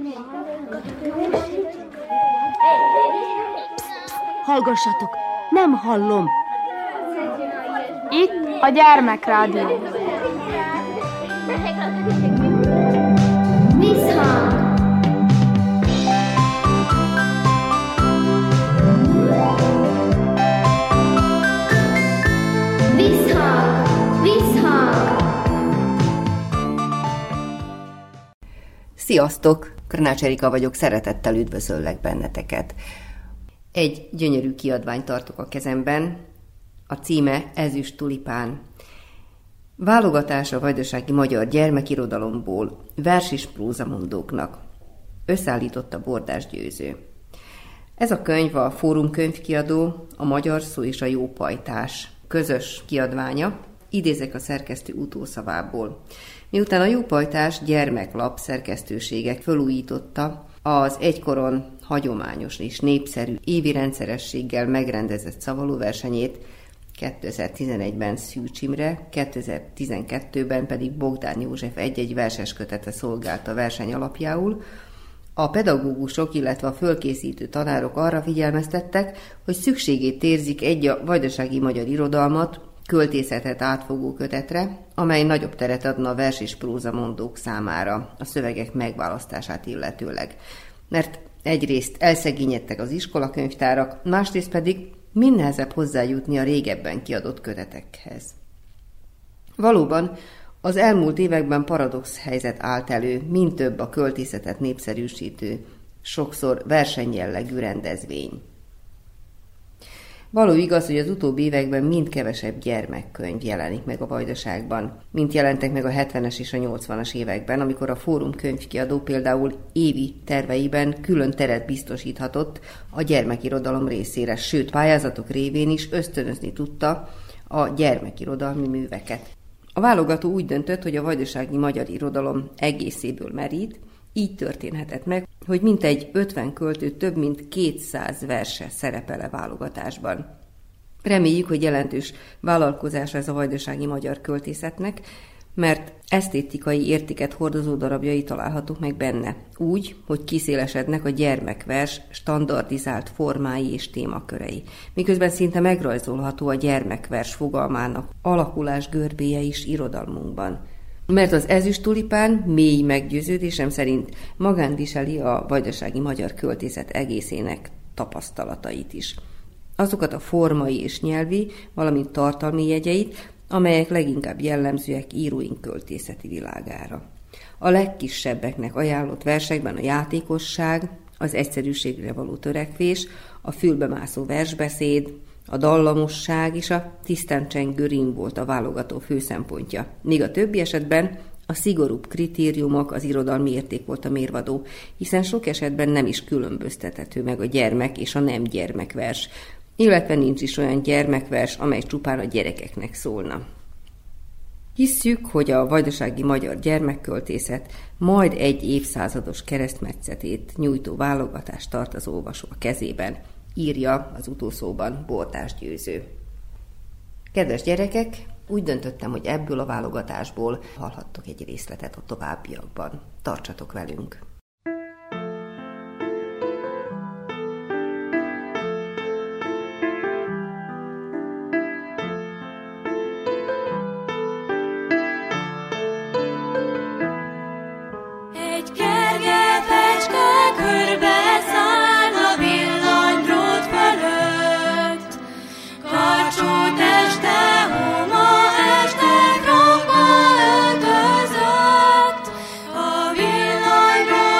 Hallgassatok, nem hallom. Itt a gyermekrádió. Visszhang. Visszhang. Visszhang. Sziasztok! Krnács Erika vagyok, szeretettel üdvözöllek benneteket. Egy gyönyörű kiadványt tartok a kezemben, a címe Ezüst tulipán. Válogatás a vajdasági magyar gyermekirodalomból vers és prózamondóknak. Összeállította Bordás Győző. Ez a könyv a Fórum könyvkiadó, a Magyar Szó és a Jópajtás közös kiadványa, idézek a szerkesztő utószavából. Miután a Jópajtás gyermeklap szerkesztősége felújította az egykoron hagyományos és népszerű évi rendszerességgel megrendezett szavalóversenyét, 2011-ben Szűcs Imre, 2012-ben pedig Bogdán József egy-egy verses kötete szolgált a verseny alapjául, a pedagógusok, illetve a fölkészítő tanárok arra figyelmeztettek, hogy szükségét érzik egy a vajdasági magyar irodalmat, költészetet átfogó kötetre, amely nagyobb teret adna a vers és prózamondók számára a szövegek megválasztását illetőleg. Mert egyrészt elszegényedtek az iskolakönyvtárak, másrészt pedig mind nehezebb hozzájutni a régebben kiadott kötetekhez. Valóban az elmúlt években paradox helyzet állt elő, mind több a költészetet népszerűsítő, sokszor versenyjellegű rendezvény. Való igaz, hogy az utóbbi években mind kevesebb gyermekkönyv jelenik meg a Vajdaságban, mint jelentek meg a 70-es és a 80-as években, amikor a Fórum könyvkiadó például évi terveiben külön teret biztosíthatott a gyermekirodalom részére, sőt pályázatok révén is ösztönözni tudta a gyermekirodalmi műveket. A válogató úgy döntött, hogy a vajdasági magyar irodalom egészéből merít, így történhetett meg, hogy mintegy 50 költő több mint 200 verse szerepel a válogatásban. Reméljük, hogy jelentős vállalkozása ez a vajdasági magyar költészetnek, mert esztétikai értéket hordozó darabjai találhatók meg benne, úgy, hogy kiszélesednek a gyermekvers standardizált formái és témakörei, miközben szinte megrajzolható a gyermekvers fogalmának alakulás görbéje is irodalmunkban. Mert az ezüst tulipán mély meggyőződésem szerint magán viseli a vajdasági magyar költészet egészének tapasztalatait is. Azokat a formai és nyelvi, valamint tartalmi jegyeit, amelyek leginkább jellemzőek íróink költészeti világára. A legkisebbeknek ajánlott versekben a játékosság, az egyszerűségre való törekvés, a fülbemászó versbeszéd, a dallamosság és a tisztán csengő rím volt a válogató főszempontja, míg a többi esetben a szigorúbb kritériumok, az irodalmi érték volt a mérvadó, hiszen sok esetben nem is különböztethető meg a gyermek és a nem gyermekvers, illetve nincs is olyan gyermekvers, amely csupán a gyerekeknek szólna. Hisszük, hogy a vajdasági magyar gyermekköltészet majd egy évszázados keresztmetszetét nyújtó válogatást tart az olvasó a kezében, írja az utószóban Bordás Győző. Kedves gyerekek, úgy döntöttem, hogy ebből a válogatásból hallhattok egy részletet a továbbiakban. Tartsatok velünk! A villany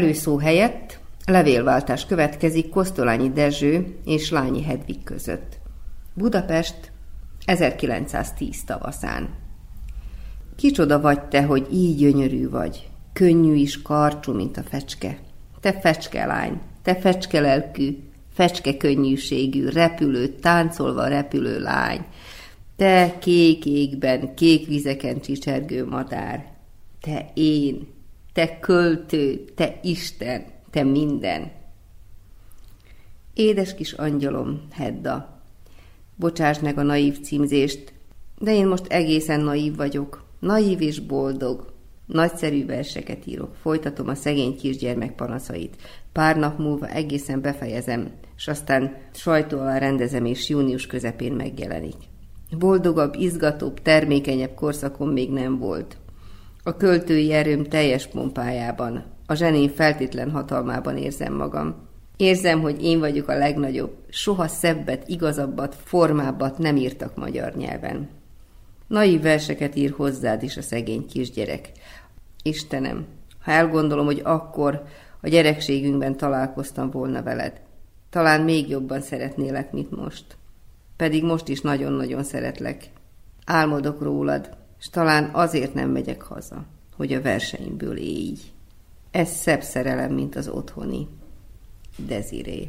Előszó helyett levélváltás következik Kosztolányi Dezső és Lányi Hedvig között. Budapest, 1910 tavaszán. Kicsoda vagy te, hogy így gyönyörű vagy, könnyű is karcsú, mint a fecske. Te fecskelány, te fecskelelkű, fecske könnyűségű, repülő, táncolva repülő lány. Te kék égben, kék vizeken csicsergő madár. Te én, te költő, te Isten, te minden. Édes kis angyalom, Hedda, bocsásd meg a naív címzést, de én most egészen naív vagyok, naív és boldog. Nagyszerű verseket írok, folytatom a szegény kisgyermek panaszait. Pár nap múlva egészen befejezem, és aztán sajtó alá rendezem, és június közepén megjelenik. Boldogabb, izgatóbb, termékenyebb korszakom még nem volt. A költői erőm teljes pompájában, a zsenén feltétlen hatalmában érzem magam. Érzem, hogy én vagyok a legnagyobb, soha szebbet, igazabbat, formábbat nem írtak magyar nyelven. Naív verseket ír hozzád is a szegény kisgyerek. Istenem, ha elgondolom, hogy akkor a gyerekségünkben találkoztam volna veled, talán még jobban szeretnélek, mint most. Pedig most is nagyon-nagyon szeretlek. Álmodok rólad, és talán azért nem megyek haza, hogy a verseimből élj. Ez szebb szerelem, mint az otthoni. Desiré.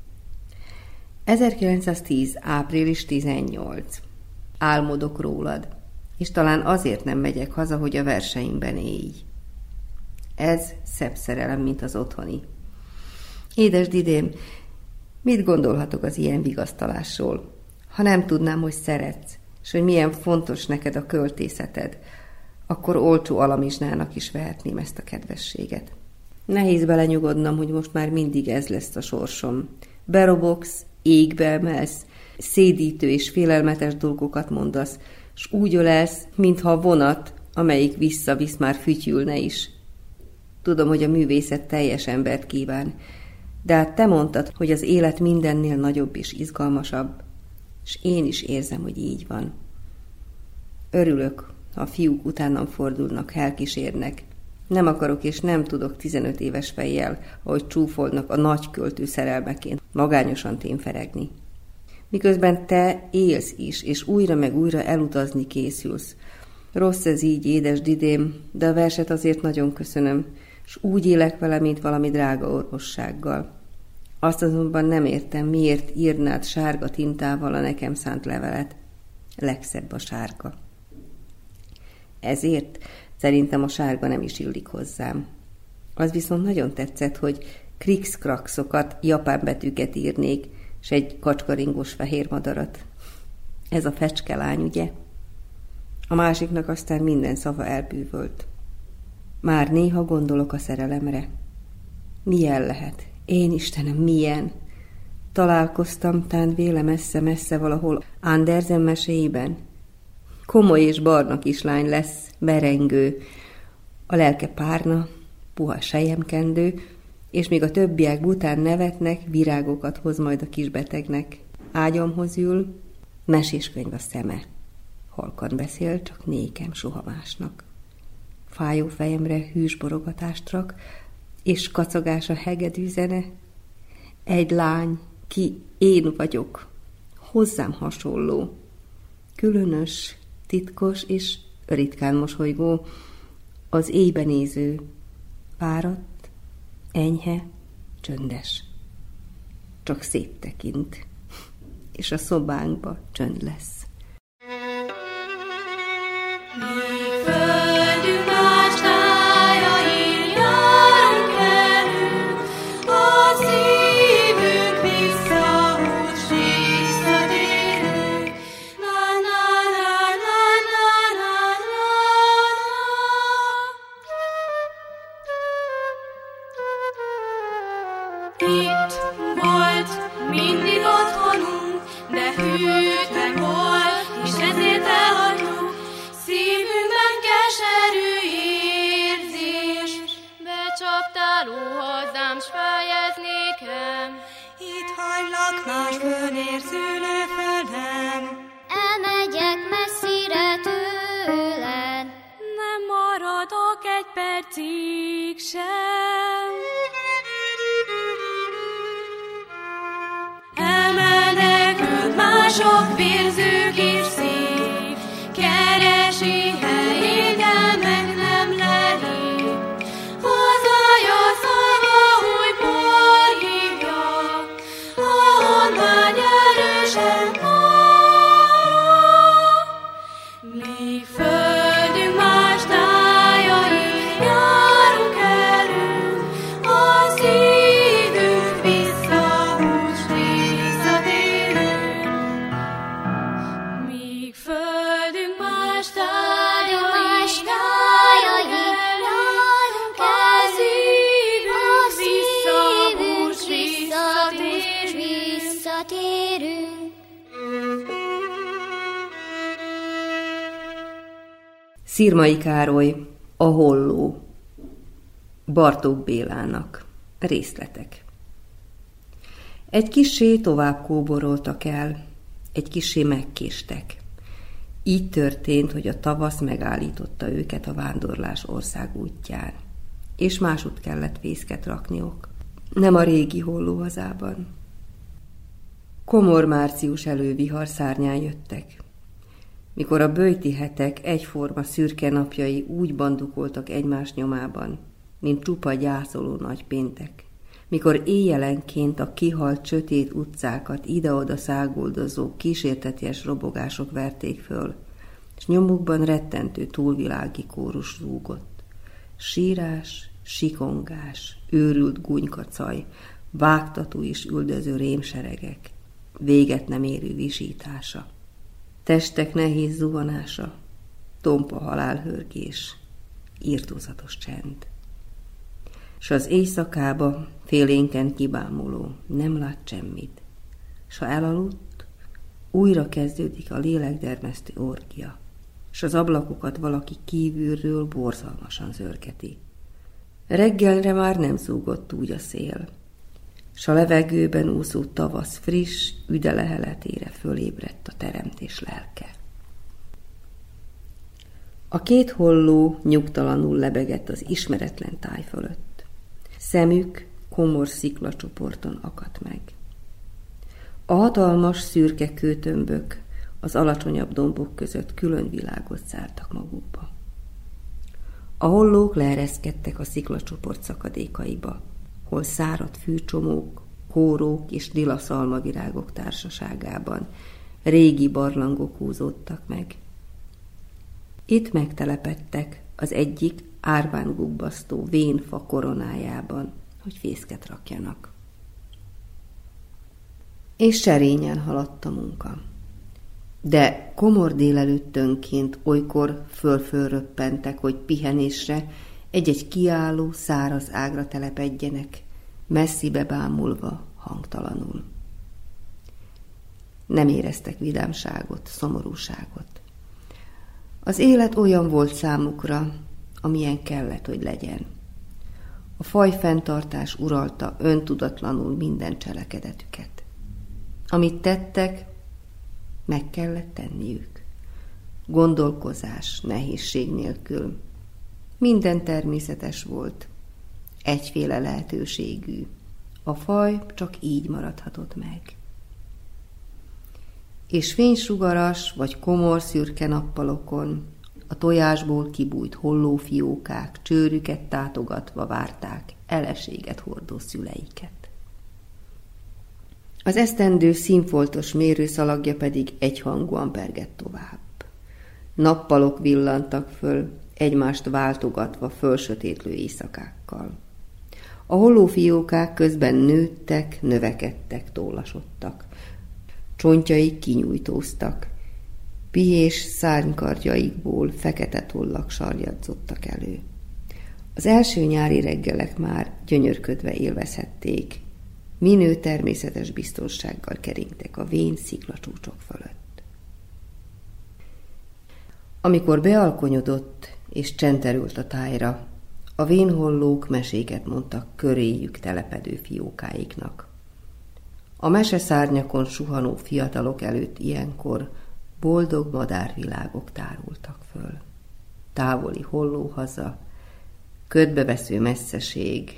1910. április 18. Álmodok rólad, és talán azért nem megyek haza, hogy a verseimben élj. Ez szebb szerelem, mint az otthoni. Édes Didém, mit gondolhatok az ilyen vigasztalásról? Ha nem tudnám, hogy szeretsz, és hogy milyen fontos neked a költészeted, akkor olcsó alamizsnának is vehetném ezt a kedvességet. Nehéz belenyugodnom, hogy most már mindig ez lesz a sorsom. Berobogsz, égbe emelsz, szédítő és félelmetes dolgokat mondasz, s úgy ölelsz, mintha a vonat, amelyik visszavisz, már fütyülne is. Tudom, hogy a művészet teljes embert kíván, de hát te mondtad, hogy az élet mindennél nagyobb és izgalmasabb, és én is érzem, hogy így van. Örülök, ha a fiúk utánam fordulnak, elkísérnek. Nem akarok és nem tudok 15 éves fejjel, ahogy csúfolnak a nagy költő szerelmeként, magányosan témferegni. Miközben te élsz is, és újra meg újra elutazni készülsz. Rossz ez így, édes Didém, de a verset azért nagyon köszönöm, és úgy élek vele, mint valami drága orvossággal. Azt azonban nem értem, miért írnád sárga tintával a nekem szánt levelet. Legszebb a sárga. Ezért szerintem a sárga nem is illik hozzám. Az viszont nagyon tetszett, hogy krikszkrakszokat, japán betűket írnék, s egy kacskaringos fehér madarat. Ez a fecskelány, ugye? A másiknak aztán minden szava elbűvölt. Már néha gondolok a szerelemre. Milyen lehet? Én Istenem, milyen? Találkoztam tán véle messze-messze valahol Andersen meséiben. Komoly és barna kislány lesz, merengő, a lelke párna, puha selyemkendő, és még a többiek bután nevetnek, virágokat hoz majd a kisbetegnek. Ágyamhoz ül, meséskönyv a szeme. Halkan beszél, csak nékem, soha másnak. Fájó fejemre hűs borogatást rak, és kacagás a hegedű zene. Egy lány, ki én vagyok, hozzám hasonló, különös, titkos és ritkán mosolygó, az éjbe néző, fáradt, enyhe, csöndes. Csak széttekint, és a szobánkba csönd lesz. Itt volt mindig otthonunk, de hűtlen volt, és ezért elhagytuk. Szívünkben keserű érzés. Becsaptál hozzám, s feljez nékem. Itt hagylak más fölérzülő földem. Elmegyek messzire tőled. Nem maradok egy percig sem. sok vérzők és szép, keresi helyét, de meg nem leli. Hazaja szava, hogy bor hívja, ahonnan erősen míg földünk más tájain járunk elő, a szívünk visszahúz visszatérünk. Míg földünk más tájain járunk elő, a szívünk visszahúz visszatérünk. Szirmai Károly, A holló. Bartók Bélának. Részletek. Egy kissé tovább kóboroltak el, egy kissé megkéstek. Így történt, hogy a tavasz megállította őket a vándorlás országútján, és másút kellett fészket rakniok, nem a régi hollóhazában. Komor március elővihar szárnyán jöttek. Mikor a böjti hetek egyforma szürke napjai úgy bandukoltak egymás nyomában, mint csupa gyászoló nagypéntek, mikor éjjelenként a kihalt sötét utcákat ide-oda száguldozó kísérteties robogások verték föl, és nyomukban rettentő túlvilági kórus zúgott. Sírás, sikongás, őrült gúnykacaj, vágtató és üldöző rémseregek, véget nem érő visítása. Testek nehéz zuhanása, tompa halálhörgés, írtózatos csend. S az éjszakába félénken kibámuló nem lát semmit, s ha elaludt, újra kezdődik a lélekdermesztő orgia, s az ablakokat valaki kívülről borzalmasan zörgeti. Reggelre már nem zúgott úgy a szél, s a levegőben úszó tavasz friss, üde leheletére fölébredt a teremtés lelke. A két holló nyugtalanul lebegett az ismeretlen táj fölött. Szemük komor sziklacsoporton akadt meg. A hatalmas, szürke kőtömbök az alacsonyabb dombok között külön világot zártak magukba. A hollók leereszkedtek a sziklacsoport szakadékaiba, hol száradt fűcsomók, kórók és lila szalmavirágok társaságában régi barlangok húzódtak meg. Itt megtelepedtek az egyik árván gubbasztó vénfa koronájában, hogy fészket rakjanak. És serényen haladt a munka. De komor délelőttönként olykor fölröppentek, hogy pihenésre egy-egy kiálló, száraz ágra telepedjenek, messzibe bámulva, hangtalanul. Nem éreztek vidámságot, szomorúságot. Az élet olyan volt számukra, amilyen kellett, hogy legyen. A fajfenntartás uralta öntudatlanul minden cselekedetüket. Amit tettek, meg kellett tenniük. Gondolkozás, nehézség nélkül. Minden természetes volt, egyféle lehetőségű. A faj csak így maradhatott meg. És fénysugaras vagy komor szürke nappalokon a tojásból kibújt hollófiókák csőrüket tátogatva várták eleséget hordó szüleiket. Az esztendő színfoltos mérőszalagja pedig egyhangúan pergett tovább. Nappalok villantak föl, egymást váltogatva fölsötétlő éjszakákkal. A hollófiókák közben nőttek, növekedtek, tollasodtak. Csontjaik kinyújtóztak. Pihés szárnykardjaikból fekete tollak sarjadzottak elő. Az első nyári reggelek már gyönyörködve élvezhették. Minő természetes biztonsággal keringtek a vén sziklacsúcsok fölött. Amikor bealkonyodott és csend terült a tájra, a vénhollók meséket mondtak köréjük telepedő fiókáiknak. A meseszárnyakon suhanó fiatalok előtt ilyenkor boldog madárvilágok tárultak föl. Távoli hollóhaza, ködbevesző messzeség,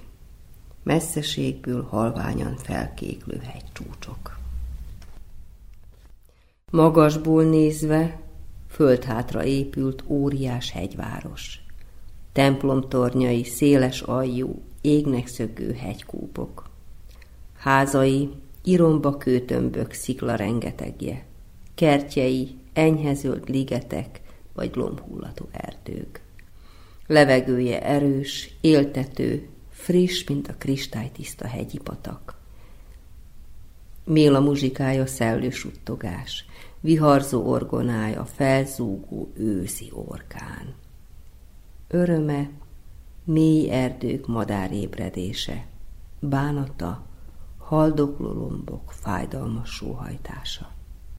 messzeségből halványan felkéklő hegycsúcsok. Magasból nézve földhátra épült óriás hegyváros. Templomtornyai, széles aljú, égnek szökő hegykúpok. Házai, iromba kőtömbök, szikla rengetegje. Kertjei, enyhezöld ligetek vagy lombhullató erdők. Levegője erős, éltető, friss, mint a kristálytiszta hegyi patak. Méla muzsikája szellő suttogás, viharzó orgonája felzúgó őszi orkán. Öröme, mély erdők madárébredése, bánata, haldokló lombok fájdalmas sóhajtása.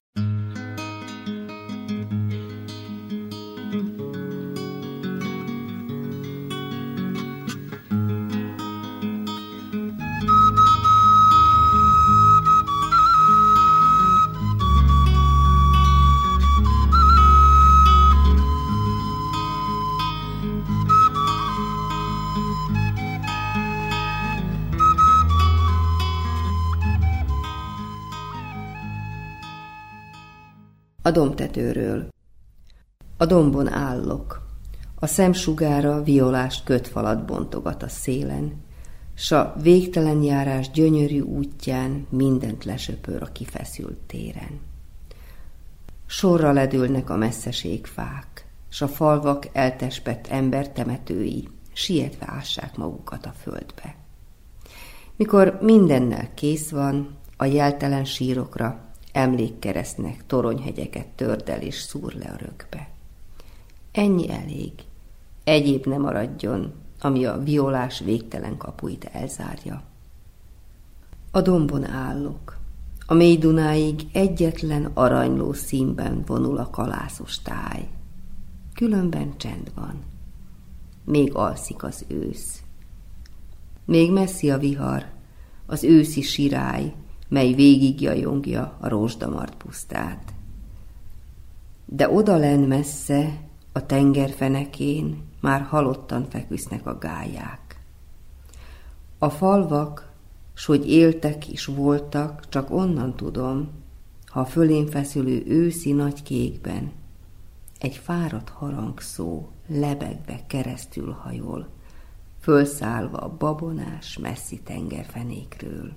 A dombtetőről. A dombon állok. A szemsugára violás kötfalat bontogat a szélen, s a végtelen járás gyönyörű útján mindent lesöpör a kifeszült téren. Sorra ledőlnek a messzeségfák, s a falvak eltespett embertemetői sietve ássák magukat a földbe. Mikor mindennel kész van, a jeltelen sírokra emlékkeresztnek toronyhegyeket tördel és szúr le a rögbe. Ennyi elég, egyéb ne maradjon, ami a violás végtelen kapuit elzárja. A dombon állok, a mély Dunáig egyetlen aranyló színben vonul a kalászos táj. Különben csend van, még alszik az ősz. Még messzi a vihar, az őszi sirály, mely végigjajongja a rózsdamart pusztát. De odalenn messze, a tengerfenekén már halottan feküsznek a gályák. A falvak, s hogy éltek is voltak, csak onnan tudom, ha fölém feszülő őszi nagy kékben egy fáradt harangszó lebegve keresztül hajol, fölszállva a babonás messzi tengerfenékről.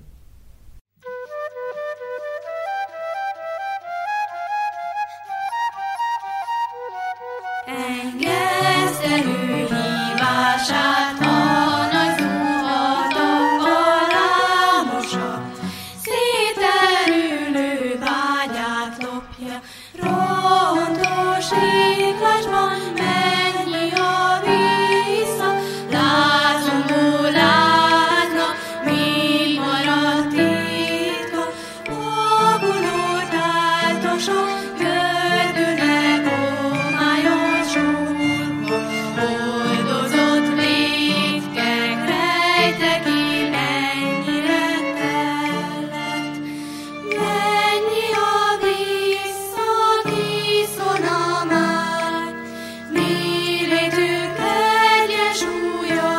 Engesztelő hívását a nagy zuhatok alámosa, széterülő vágyát lopja, rontós éghajban mennyi a vissza, lázongó lázna, mi maradt titka, maguló táltosok, gördülnek ómályos súrba, oldozott vétkek, rejtek ki, mennyire tellett, mennyi a vissza, kiszona már, méretük egyensúlya.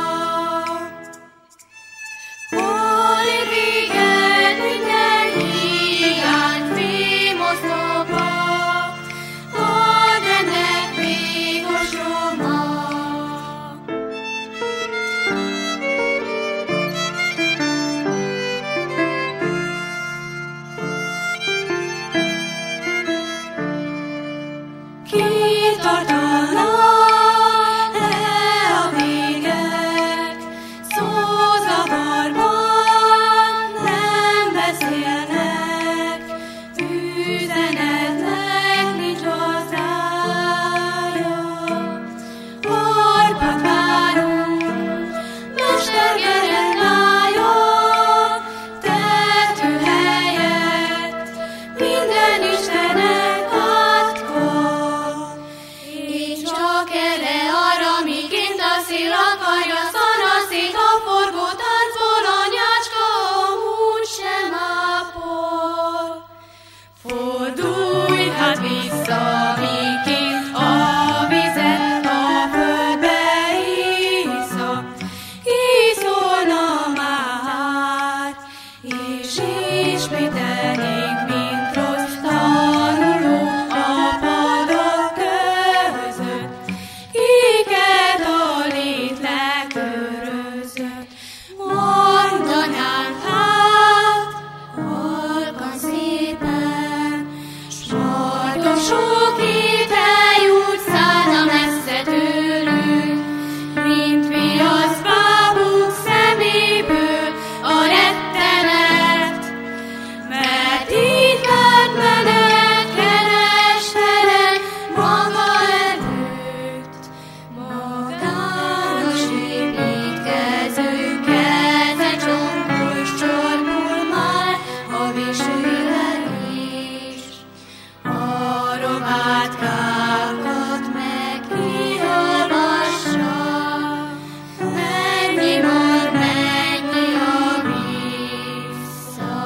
Hol ér véget minden hiány fémoszlopban, sok étel jut szállna messze tőlünk, mint viasz bábuk szeméből a rettenet, mert így vett menet kerestelek maga előtt, magános építkező keze csonkos csorbul már a visülelés. A robátkákat meg kiolvassa, mennyi mond, mennyi a vissza.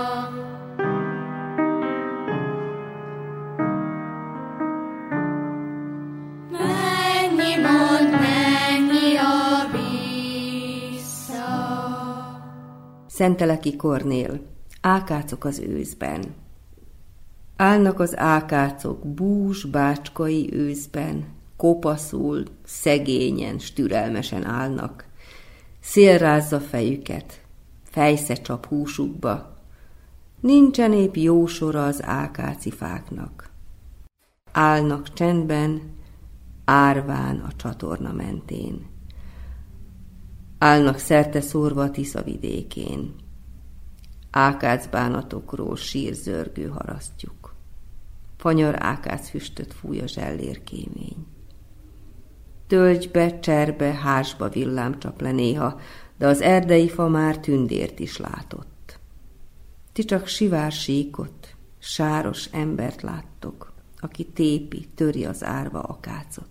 Mennyi mond, mennyi a vissza. Szenteleki Kornél, ákácok az őszben. Állnak az ákácok bús bácskai őszben, kopaszul, szegényen, stürelmesen állnak. Szél rázza fejüket, fejsze csap húsukba. Nincsen épp jó sora az ákáci fáknak. Állnak csendben, árván a csatorna mentén. Állnak szerte szórva a Tisza vidékén. Ákácbánatokról sírzörgő harasztjuk. Fanyar ákácfüstöt fúj a zsellérkémény. Tölgybe, cserbe, házsba villám csap le néha, de az erdei fa már tündért is látott. Ti csak sivársíkot, sáros embert láttok, aki tépi, töri az árva akácot.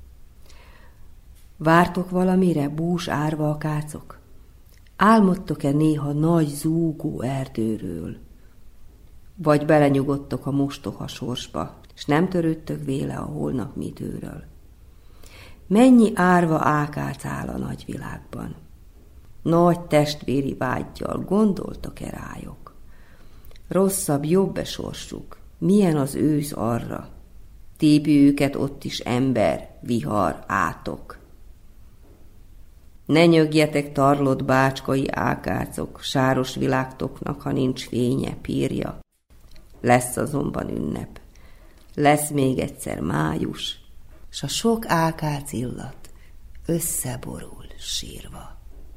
Vártok valamire, bús árva akácok? Álmodtok-e néha nagy zúgó erdőről? Vagy belenyugodtok a mostoha sorsba, és nem törődtök véle a holnap midőről? Mennyi árva ákác áll a nagyvilágban? Nagy testvéri vággyal gondoltok-e rájuk? Rosszabb, jobb-e sorsuk? Milyen az ősz arra? Tépi őket ott is ember, vihar, átok. Ne nyögjetek tarlott bácskai ákácok, sáros világtoknak, ha nincs fénye, pírja. Lesz azonban ünnep. Lesz még egyszer május, s a sok ákác illat összeborul sírva.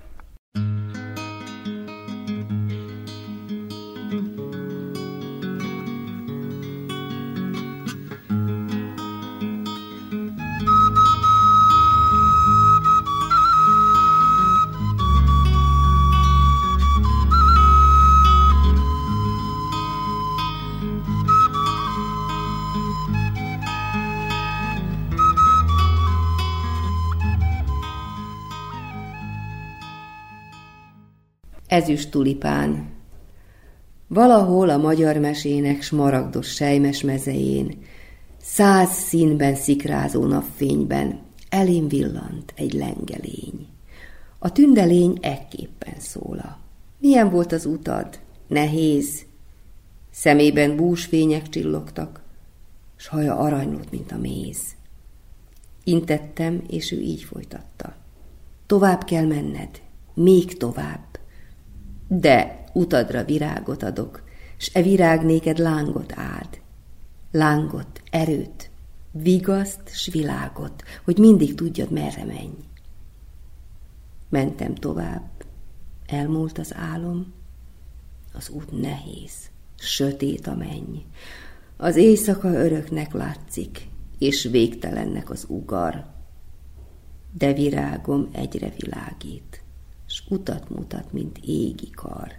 Ezüst tulipán. Valahol a magyar mesének smaragdos selymes mezején, 100 színben szikrázó napfényben elém villant egy lengelény. A tündelény ekképpen szóla. Milyen volt az utad? Nehéz. Szemében búsfények csillogtak, s haja aranylott, mint a méz. Intettem, és ő így folytatta. Tovább kell menned, még tovább. De utadra virágot adok, s e virág néked lángot áld. Lángot, erőt, vigaszt s világot, hogy mindig tudjad, merre menj. Mentem tovább, elmúlt az álom, az út nehéz, sötét a menny. Az éjszaka öröknek látszik, és végtelennek az ugar. De virágom egyre világít, s utat mutat, mint égi kar.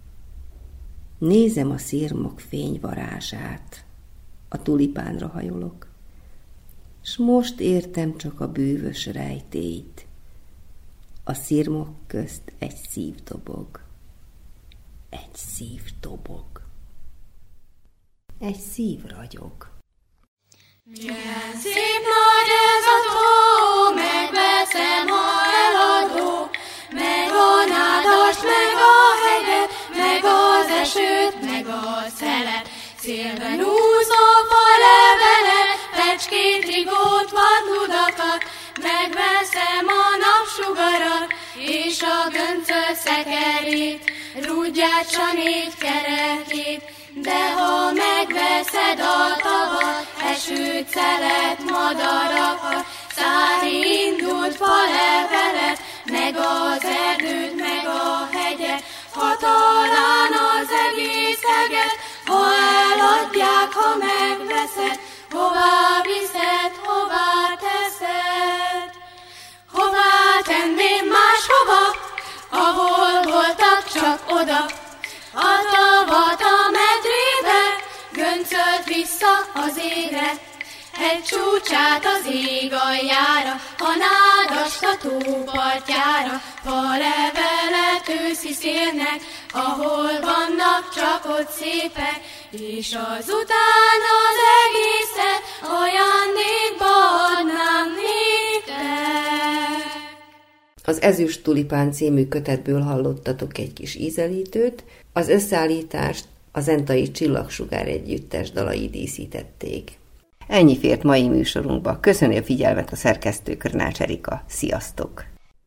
Nézem a szirmok fényvarázsát, a tulipánra hajolok, s most értem csak a bűvös rejtélyt. A szirmok közt egy szív dobog, egy szív dobog, egy szív ragyog. Milyen szép nagy ez a tó, megveszem, ha eladó, meg a nádast, meg a hegyet, meg az esőt, meg a szelet. Szélben úszó falevelet, fecskét, rigót, vadludakat, megveszem a napsugarat, és a göncöl szekerét, rúdját, s a 4 kerekét. De ha megveszed a tavat, elsőt szelet madarakat, szári indult falevelet, meg az erdőt, meg a hegyet, ha talán az egész eget, ha eladják, ha megveszed, hová viszed, hová teszed? Hová tenném máshova, ahol voltak, csak oda, a tavat a medrébe, göncölt vissza az égre, egy csúcsát az ég aljára, a nádast a tó partjára, falevelet őszi szélnek, ahol vannak, csak ott szépek, és azután az egészet ajándékba adnám néktek. Az Ezüst tulipán című kötetből hallottatok egy kis ízelítőt, az összeállítást a Zentai Csillagsugár Együttes dalai díszítették. Ennyi fért mai műsorunkba. Köszöni a figyelmet a szerkesztő Körnács Erika. Sziasztok!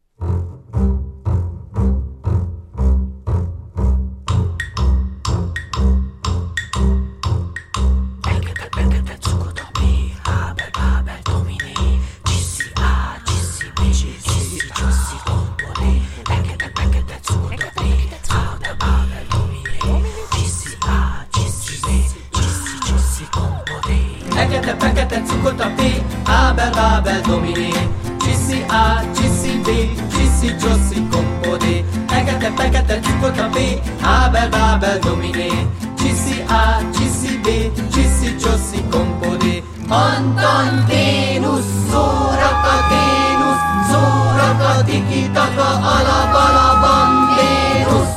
Fekete cukot a P, Ábel, Bábel, Dominé, Csiszi A, Csiszi B, Csiszi, Csoszi, Kompodé. Fekete cukot a P, Ábel, Bábel, Dominé, Csiszi A, Csiszi B, Csiszi, Csoszi, Kompodé. Antanténusz, Szórakaténusz, Szórakatiki-taka, Alabalabanténusz.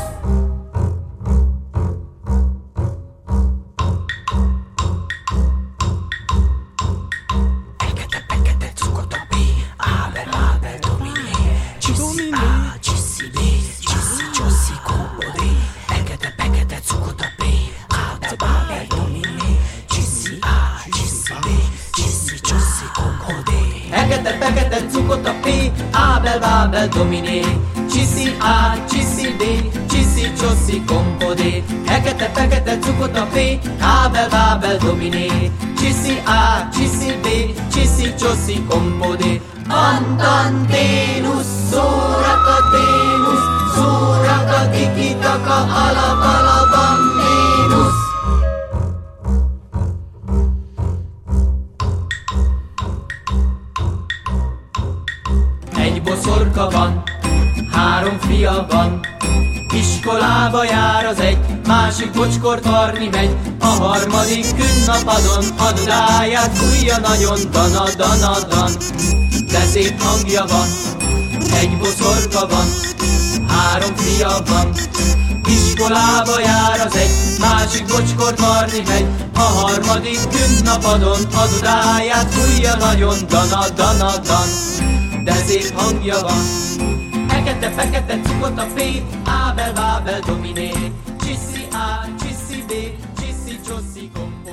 Fekete cukot a P, Ábel, Bábel, Dominé, Csiszi A, Csiszi B, Csiszi, Csoszi, Kompodé. Fekete cukot a P, Ábel, Bábel, Dominé, Csiszi A, Csiszi B, Csiszi, Csoszi, Kompodé. Antanténusz, Szórakaténusz, Szórakatiki-taka, Alabalabanténusz. Egy boszorka van, 3 fia van, iskolába jár az egy, másik bocskortarni megy, a harmadik ünnapadon a dudáját fújja nagyon, dana-dana-dan, de szép hangja van. Egy boszorka van, 3 fia van, iskolába jár az egy, másik bocskortarni megy, a harmadik ünnapadon a dudáját fújja nagyon, dana-dana-dan, de szép hangja van. Fekete cukot a P, Ábel, Bábel, Dominé, Csiszi A, Csiszi B, Csiszi, Csoszi, Kompó.